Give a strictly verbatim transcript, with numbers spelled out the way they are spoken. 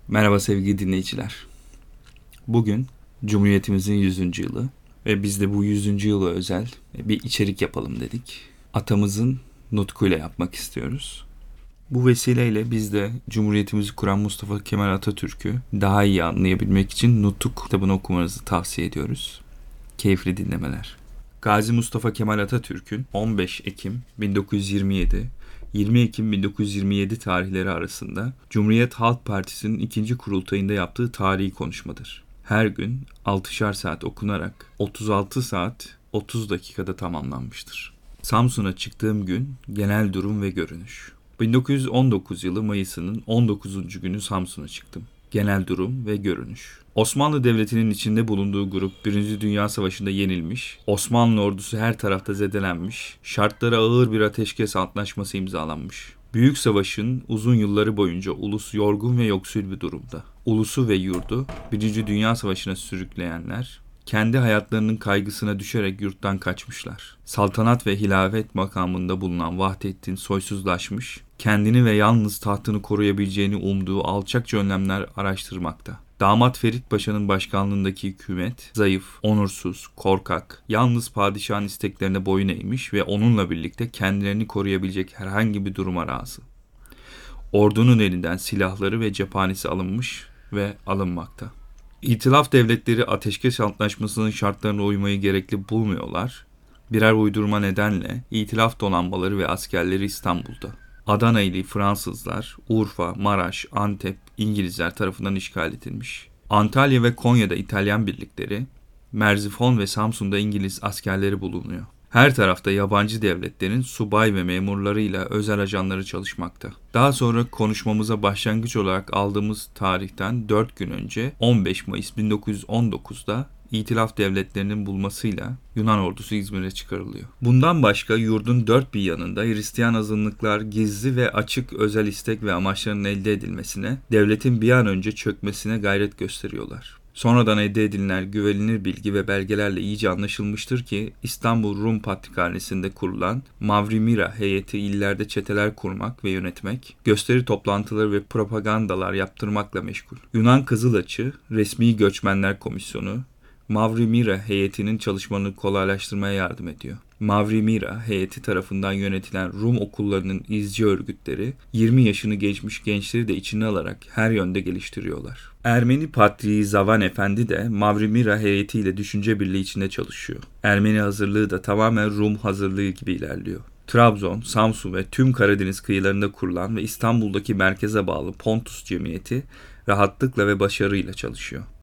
Merhaba sevgili dinleyiciler. Bugün Cumhuriyetimizin yüzüncü yılı ve biz de bu yüzüncü yıla özel bir içerik yapalım dedik. Atamızın nutkuyla yapmak istiyoruz. Bu vesileyle biz de Cumhuriyetimizi kuran Mustafa Kemal Atatürk'ü daha iyi anlayabilmek için Nutuk kitabını okumanızı tavsiye ediyoruz. Keyifli dinlemeler. Gazi Mustafa Kemal Atatürk'ün on beş Ekim bin dokuz yüz yirmi yedi yirmi Ekim bin dokuz yüz yirmi yedi tarihleri arasında Cumhuriyet Halk Partisi'nin ikinci kurultayında yaptığı tarihi konuşmadır. Her gün altışar saat okunarak otuz altı saat otuz dakikada tamamlanmıştır. Samsun'a çıktığım gün genel durum ve görünüş. bin dokuz yüz on dokuz yılı Mayıs'ının on dokuzuncu günü Samsun'a çıktım. Genel durum ve görünüş. Osmanlı Devleti'nin içinde bulunduğu grup Birinci Dünya Savaşı'nda yenilmiş, Osmanlı ordusu her tarafta zedelenmiş, şartlara ağır bir ateşkes antlaşması imzalanmış. Büyük savaşın uzun yılları boyunca ulus yorgun ve yoksul bir durumda. Ulusu ve yurdu Birinci Dünya Savaşı'na sürükleyenler, kendi hayatlarının kaygısına düşerek yurttan kaçmışlar. Saltanat ve hilafet makamında bulunan Vahdettin soysuzlaşmış, kendini ve yalnız tahtını koruyabileceğini umduğu alçakça önlemler araştırmakta. Damat Ferit Paşa'nın başkanlığındaki hükümet zayıf, onursuz, korkak, yalnız padişahın isteklerine boyun eğmiş ve onunla birlikte kendilerini koruyabilecek herhangi bir duruma razı. Ordunun elinden silahları ve cephanesi alınmış ve alınmakta. İtilaf devletleri ateşkes antlaşmasının şartlarına uymayı gerekli bulmuyorlar. Birer uydurma nedenle İtilaf donanmaları ve askerleri İstanbul'da. Adana ili Fransızlar, Urfa, Maraş, Antep İngilizler tarafından işgal edilmiş. Antalya ve Konya'da İtalyan birlikleri, Merzifon ve Samsun'da İngiliz askerleri bulunuyor. Her tarafta yabancı devletlerin subay ve memurlarıyla özel ajanları çalışmakta. Daha sonra konuşmamıza başlangıç olarak aldığımız tarihten dört gün önce on beş Mayıs bin dokuz yüz on dokuzda İtilaf devletlerinin bulmasıyla Yunan ordusu İzmir'e çıkarılıyor. Bundan başka yurdun dört bir yanında Hristiyan azınlıklar gizli ve açık özel istek ve amaçlarının elde edilmesine, devletin bir an önce çökmesine gayret gösteriyorlar. Sonradan elde edilen güvenilir bilgi ve belgelerle iyice anlaşılmıştır ki İstanbul Rum Patrikhanesi'nde kurulan Mavrimira heyeti illerde çeteler kurmak ve yönetmek, gösteri toplantıları ve propagandalar yaptırmakla meşgul. Yunan Kızılaçı, Resmi Göçmenler Komisyonu, Mavrimira heyetinin çalışmalarını kolaylaştırmaya yardım ediyor. Mavrimira heyeti tarafından yönetilen Rum okullarının izci örgütleri yirmi yaşını geçmiş gençleri de içine alarak her yönde geliştiriyorlar. Ermeni Patriği Zavan Efendi de Mavrimira heyetiyle düşünce birliği içinde çalışıyor. Ermeni hazırlığı da tamamen Rum hazırlığı gibi ilerliyor. Trabzon, Samsun ve tüm Karadeniz kıyılarında kurulan ve İstanbul'daki merkeze bağlı Pontus Cemiyeti rahatlıkla ve başarıyla çalışıyor.